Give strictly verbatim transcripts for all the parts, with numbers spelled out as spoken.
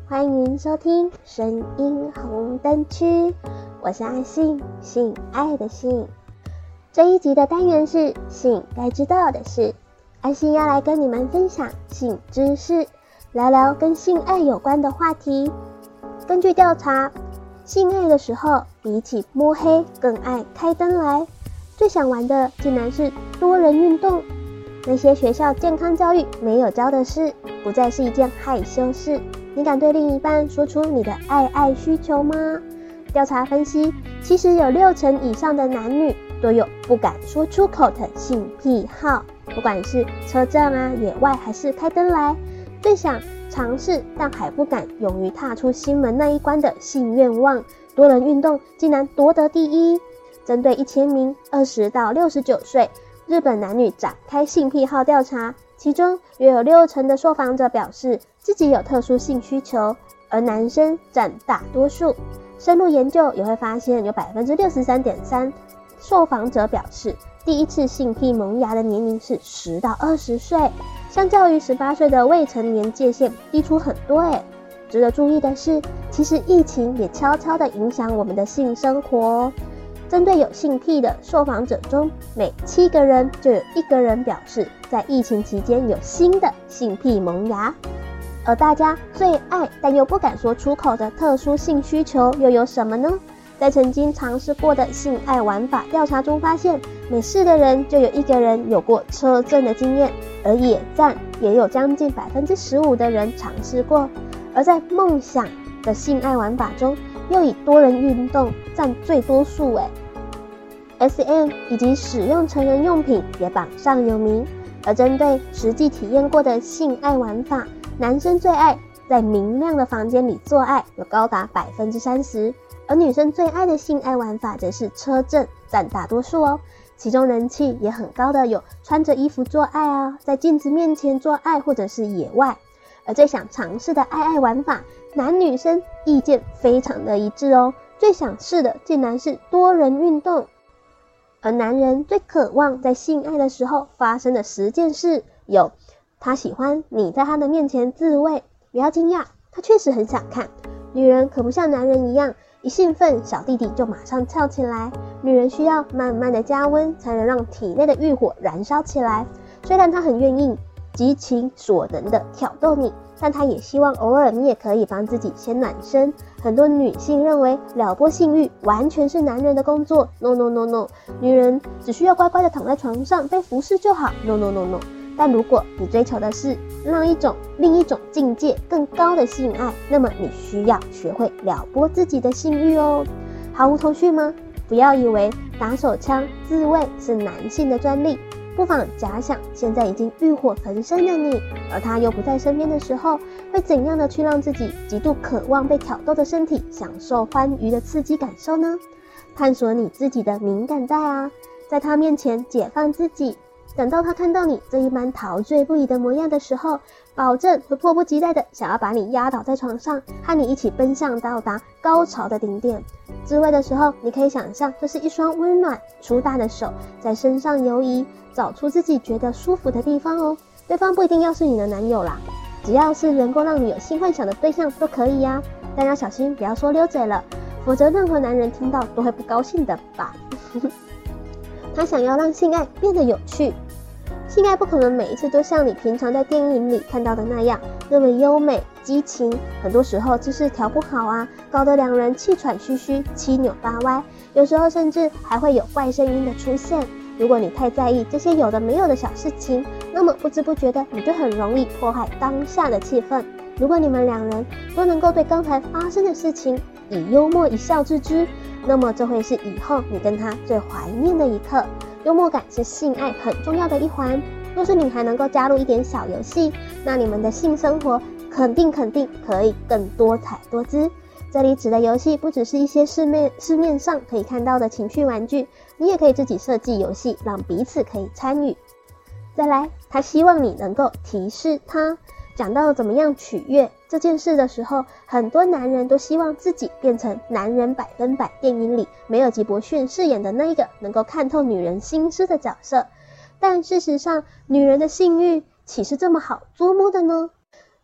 欢迎收听声音红灯区，我是阿信，性爱的性。这一集的单元是性该知道的事，阿信要来跟你们分享性知识，聊聊跟性爱有关的话题。根据调查，性爱的时候比起摸黑更爱开灯来，最想玩的竟然是多人运动。那些学校健康教育没有教的事，不再是一件害羞事。你敢对另一半说出你的爱爱需求吗？调查分析，其实有六成以上的男女都有不敢说出口的性癖好，不管是车站啊、野外还是开灯来，最想尝试但还不敢勇于踏出心门那一关的性愿望，多人运动竟然夺得第一。针对一千名二十到六十九岁日本男女展开性癖好调查，其中约有六成的受访者表示自己有特殊性需求，而男生占大多数。深入研究也会发现，有 百分之六十三点三 受访者表示第一次性癖萌芽的年龄是十到二十岁，相较于十八岁的未成年界限低出很多耶。值得注意的是，其实疫情也悄悄地影响我们的性生活哦。针对有性癖的受访者中，每七个人就有一个人表示在疫情期间有新的性癖萌芽。而大家最爱但又不敢说出口的特殊性需求又有什么呢？在曾经尝试过的性爱玩法调查中发现，每四个人就有一个人有过车震的经验，而野战也有将近 百分之十五 的人尝试过。而在梦想的性爱玩法中，又以多人运动占最多数诶。S M 以及使用成人用品也榜上有名。而针对实际体验过的性爱玩法，男生最爱在明亮的房间里做爱，有高达 百分之三十， 而女生最爱的性爱玩法则是车震，占大多数哦。其中人气也很高的有穿着衣服做爱啊，在镜子面前做爱，或者是野外。而最想尝试的爱爱玩法，男女生意见非常的一致哦，最想试的竟然是多人运动。而男人最渴望在性爱的时候发生的十件事有：他喜欢你在他的面前自慰，不要惊讶，他确实很想看。女人可不像男人一样，一兴奋小弟弟就马上跳起来，女人需要慢慢的加温，才能让体内的欲火燃烧起来。虽然她很愿意极其所能的挑逗你，但她也希望偶尔你也可以帮自己先暖身。很多女性认为撩拨性欲完全是男人的工作 ，no no no no， 女人只需要乖乖的躺在床上被服侍就好 ，no no no no。但如果你追求的是让一种另一种境界更高的性爱，那么你需要学会撩拨自己的性欲哦。毫无头绪吗？不要以为打手枪自慰是男性的专利，不妨假想现在已经欲火焚身的你，而他又不在身边的时候，会怎样的去让自己极度渴望被挑逗的身体享受欢愉的刺激感受呢？探索你自己的敏感带啊，在他面前解放自己，等到他看到你这一般陶醉不已的模样的时候，保证会迫不及待的想要把你压倒在床上，和你一起奔向到达高潮的顶点。自慰的时候，你可以想象这是一双温暖粗大的手在身上游移，找出自己觉得舒服的地方哦。对方不一定要是你的男友啦，只要是能够让你有性幻想的对象都可以呀、啊。但要小心不要说溜嘴了，否则任何男人听到都会不高兴的吧。他想要让性爱变得有趣，性爱不可能每一次都像你平常在电影里看到的那样那么优美激情，很多时候姿势调不好啊，搞得两人气喘吁吁七扭八歪，有时候甚至还会有怪声音的出现。如果你太在意这些有的没有的小事情，那么不知不觉的你就很容易破坏当下的气氛。如果你们两人都能够对刚才发生的事情以幽默一笑置之，那么这会是以后你跟他最怀念的一刻。幽默感是性爱很重要的一环，若是你还能够加入一点小游戏，那你们的性生活肯定肯定可以更多彩多姿。这里指的游戏不只是一些市面市面上可以看到的情趣玩具，你也可以自己设计游戏，让彼此可以参与。再来，他希望你能够提示他。讲到怎么样取悦这件事的时候，很多男人都希望自己变成男人百分百电影里梅尔吉伯逊饰演的那一个能够看透女人心思的角色。但事实上，女人的性欲岂是这么好捉摸的呢？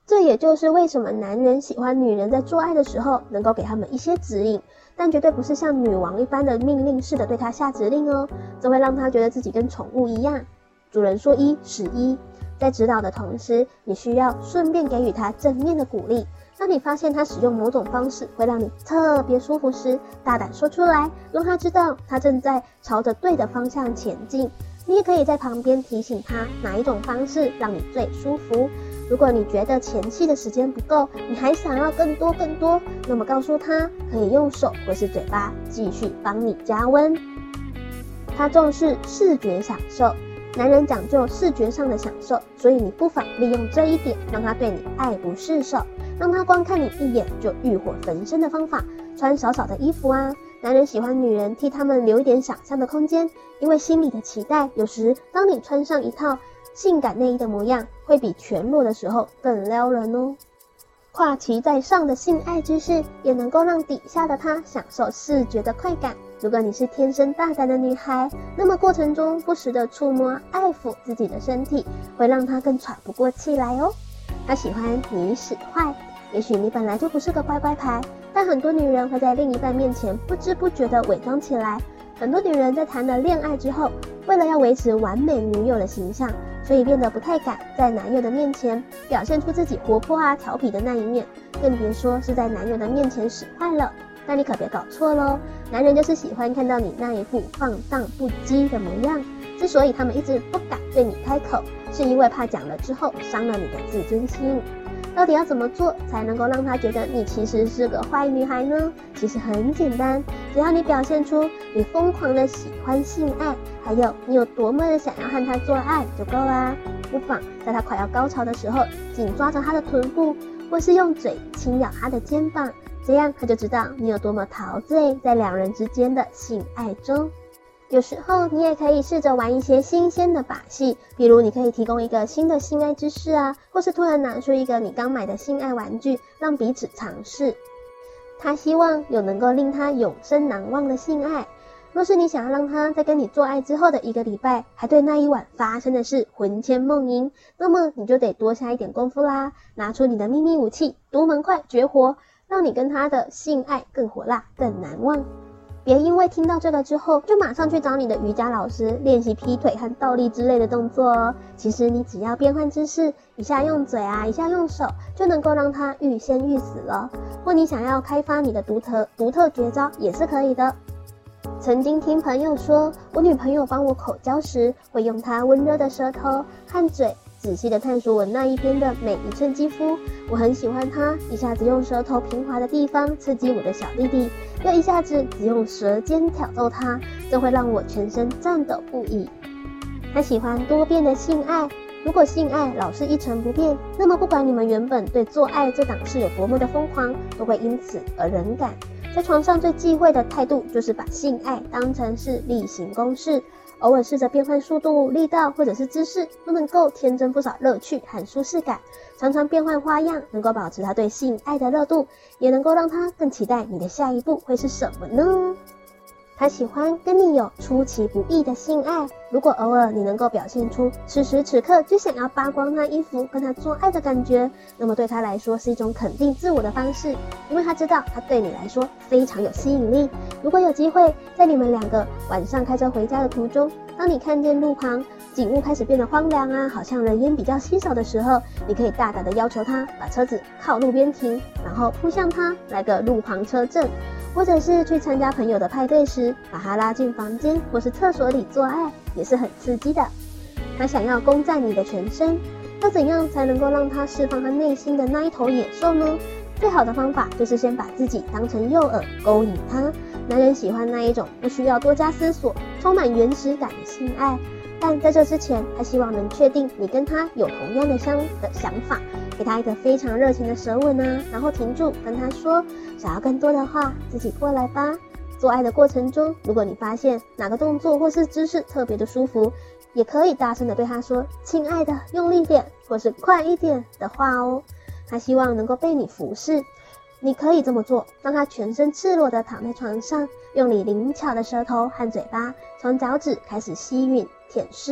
这也就是为什么男人喜欢女人在做爱的时候能够给他们一些指引，但绝对不是像女王一般的命令式的对他下指令哦，这会让他觉得自己跟宠物一样，主人说一是一。在指导的同时，你需要顺便给予他正面的鼓励。当你发现他使用某种方式会让你特别舒服时，大胆说出来，让他知道他正在朝着对的方向前进。你也可以在旁边提醒他哪一种方式让你最舒服。如果你觉得前戏的时间不够，你还想要更多更多，那么告诉他可以用手或是嘴巴继续帮你加温。他重视视觉享受，男人讲究视觉上的享受，所以你不妨利用这一点，让他对你爱不释手，让他光看你一眼就欲火焚身的方法。穿少少的衣服啊，男人喜欢女人替他们留一点想象的空间，因为心里的期待，有时当你穿上一套性感内衣的模样，会比全裸的时候更撩人哦。跨骑在上的性爱姿势，也能够让底下的他享受视觉的快感。如果你是天生大胆的女孩，那么过程中不时的触摸爱抚自己的身体，会让他更喘不过气来哦。他喜欢你使坏，也许你本来就不是个乖乖牌，但很多女人会在另一半面前不知不觉地伪装起来。很多女人在谈了恋爱之后，为了要维持完美女友的形象，所以变得不太敢在男友的面前表现出自己活泼啊调皮的那一面，更别说是在男友的面前使坏了。但你可别搞错咯，男人就是喜欢看到你那一副放荡不羁的模样。之所以他们一直不敢对你开口，是因为怕讲了之后伤了你的自尊心。到底要怎么做才能够让他觉得你其实是个坏女孩呢？其实很简单，只要你表现出你疯狂的喜欢性爱，还有你有多么的想要和他做爱就够啦。不妨在他快要高潮的时候，紧抓着他的臀部，或是用嘴轻咬他的肩膀，这样他就知道你有多么陶醉在两人之间的性爱中。有时候你也可以试着玩一些新鲜的把戏，比如你可以提供一个新的性爱知识啊，或是突然拿出一个你刚买的性爱玩具，让彼此尝试。他希望有能够令他永生难忘的性爱。若是你想要让他在跟你做爱之后的一个礼拜还对那一晚发生的事魂牵梦萦，那么你就得多下一点功夫啦，拿出你的秘密武器独门快绝活，让你跟他的性爱更火辣更难忘。别因为听到这个之后就马上去找你的瑜伽老师练习劈腿和倒立之类的动作哦。其实你只要变换姿势，一下用嘴啊，一下用手，就能够让他欲仙欲死了。或你想要开发你的独特独特绝招也是可以的。曾经听朋友说，我女朋友帮我口交时，会用她温热的舌头和嘴仔细地探索我那一边的每一寸肌肤。我很喜欢她一下子用舌头平滑的地方刺激我的小弟弟，又一下子只用舌尖挑逗他，这会让我全身颤抖不已。他喜欢多变的性爱，如果性爱老是一成不变，那么不管你们原本对做爱这档事有多么的疯狂，都会因此而冷感。在床上最忌讳的态度就是把性爱当成是例行公事，偶尔试着变换速度、力道或者是姿势，都能够添增不少乐趣和舒适感。常常变换花样，能够保持他对性爱的热度，也能够让他更期待你的下一步会是什么呢？他喜欢跟你有出其不意的性爱，如果偶尔你能够表现出此时此刻就想要扒光他衣服跟他做爱的感觉，那么对他来说是一种肯定自我的方式，因为他知道他对你来说非常有吸引力。如果有机会在你们两个晚上开车回家的途中，当你看见路旁景物开始变得荒凉啊，好像人烟比较稀少的时候，你可以大胆的要求他把车子靠路边停，然后扑向他来个路旁车震，或者是去参加朋友的派对时，把他拉进房间或是厕所里做爱，也是很刺激的。他想要攻占你的全身，要怎样才能够让他释放他内心的那一头野兽呢？最好的方法就是先把自己当成诱饵，勾引他。男人喜欢那一种不需要多加思索、充满原始感的性爱，但在这之前，他希望能确定你跟他有同样的相的想法，给他一个非常热情的舌吻啊，然后停住，跟他说，想要更多的话，自己过来吧。做爱的过程中，如果你发现哪个动作或是姿势特别的舒服，也可以大声的对他说，亲爱的，用力点，或是快一点的话哦。他希望能够被你服侍，你可以这么做，让他全身赤裸的躺在床上，用你灵巧的舌头和嘴巴从脚趾开始吸吮舔舐，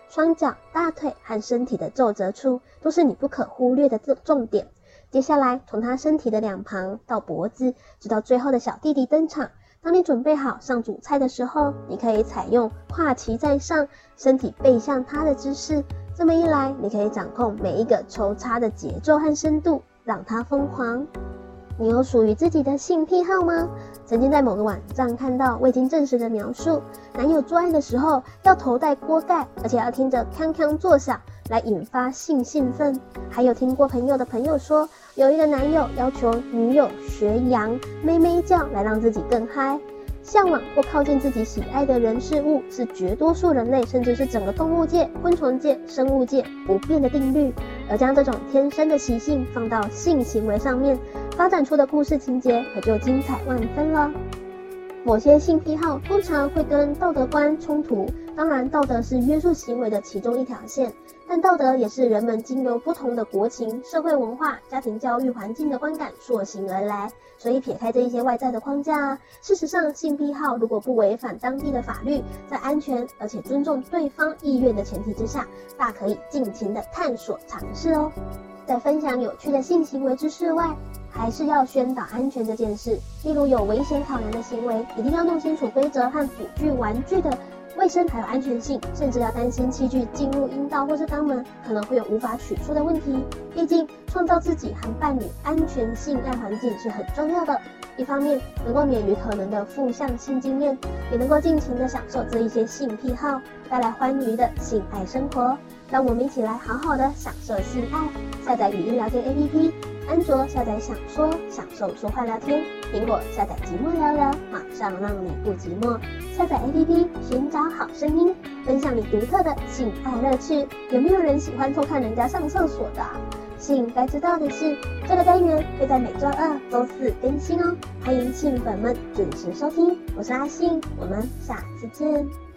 双脚、大腿和身体的皱褶处都是你不可忽略的重点。接下来从他身体的两旁到脖子，直到最后的小弟弟登场。当你准备好上主菜的时候，你可以采用跨骑在上，身体背向他的姿势。这么一来，你可以掌控每一个抽插的节奏和深度，让他疯狂。你有属于自己的性癖好吗？曾经在某个网站看到未经证实的描述，男友做爱的时候要头戴锅盖，而且要听着锵锵作响来引发性兴奋。还有听过朋友的朋友说，有一个男友要求女友学羊咩咩叫来让自己更嗨。向往或靠近自己喜爱的人事物是绝多数人类甚至是整个动物界、昆虫界、生物界不变的定律，而将这种天生的习性放到性行为上面，发展出的故事情节可就精彩万分了。某些性癖好通常会跟道德观冲突，当然道德是约束行为的其中一条线，但道德也是人们经由不同的国情、社会文化、家庭教育环境的观感塑形而来。所以撇开这一些外在的框架，事实上性癖好如果不违反当地的法律，在安全而且尊重对方意愿的前提之下，大可以尽情的探索尝试哦。在分享有趣的性行为知识外，还是要宣导安全这件事。例如有危险考量的行为，一定要弄清楚规则和辅具玩具的卫生还有安全性，甚至要担心器具进入阴道或是肛门可能会有无法取出的问题。毕竟创造自己和伴侣安全性爱环境是很重要的，一方面能够免于可能的负向性经验，也能够尽情的享受这一些性癖好带来欢愉的性爱生活。让我们一起来好好的享受性爱。下载语音聊天 A P P， 安卓下载享说，享受说话聊天；苹果下载寂寞聊聊，马上让你不寂寞。下载 A P P， 寻找好声音，分享你独特的性爱乐趣。有没有人喜欢偷看人家上厕所的？性该知道的是，这个单元会在每周二、周四更新哦，欢迎性粉们准时收听。我是阿信，我们下次见。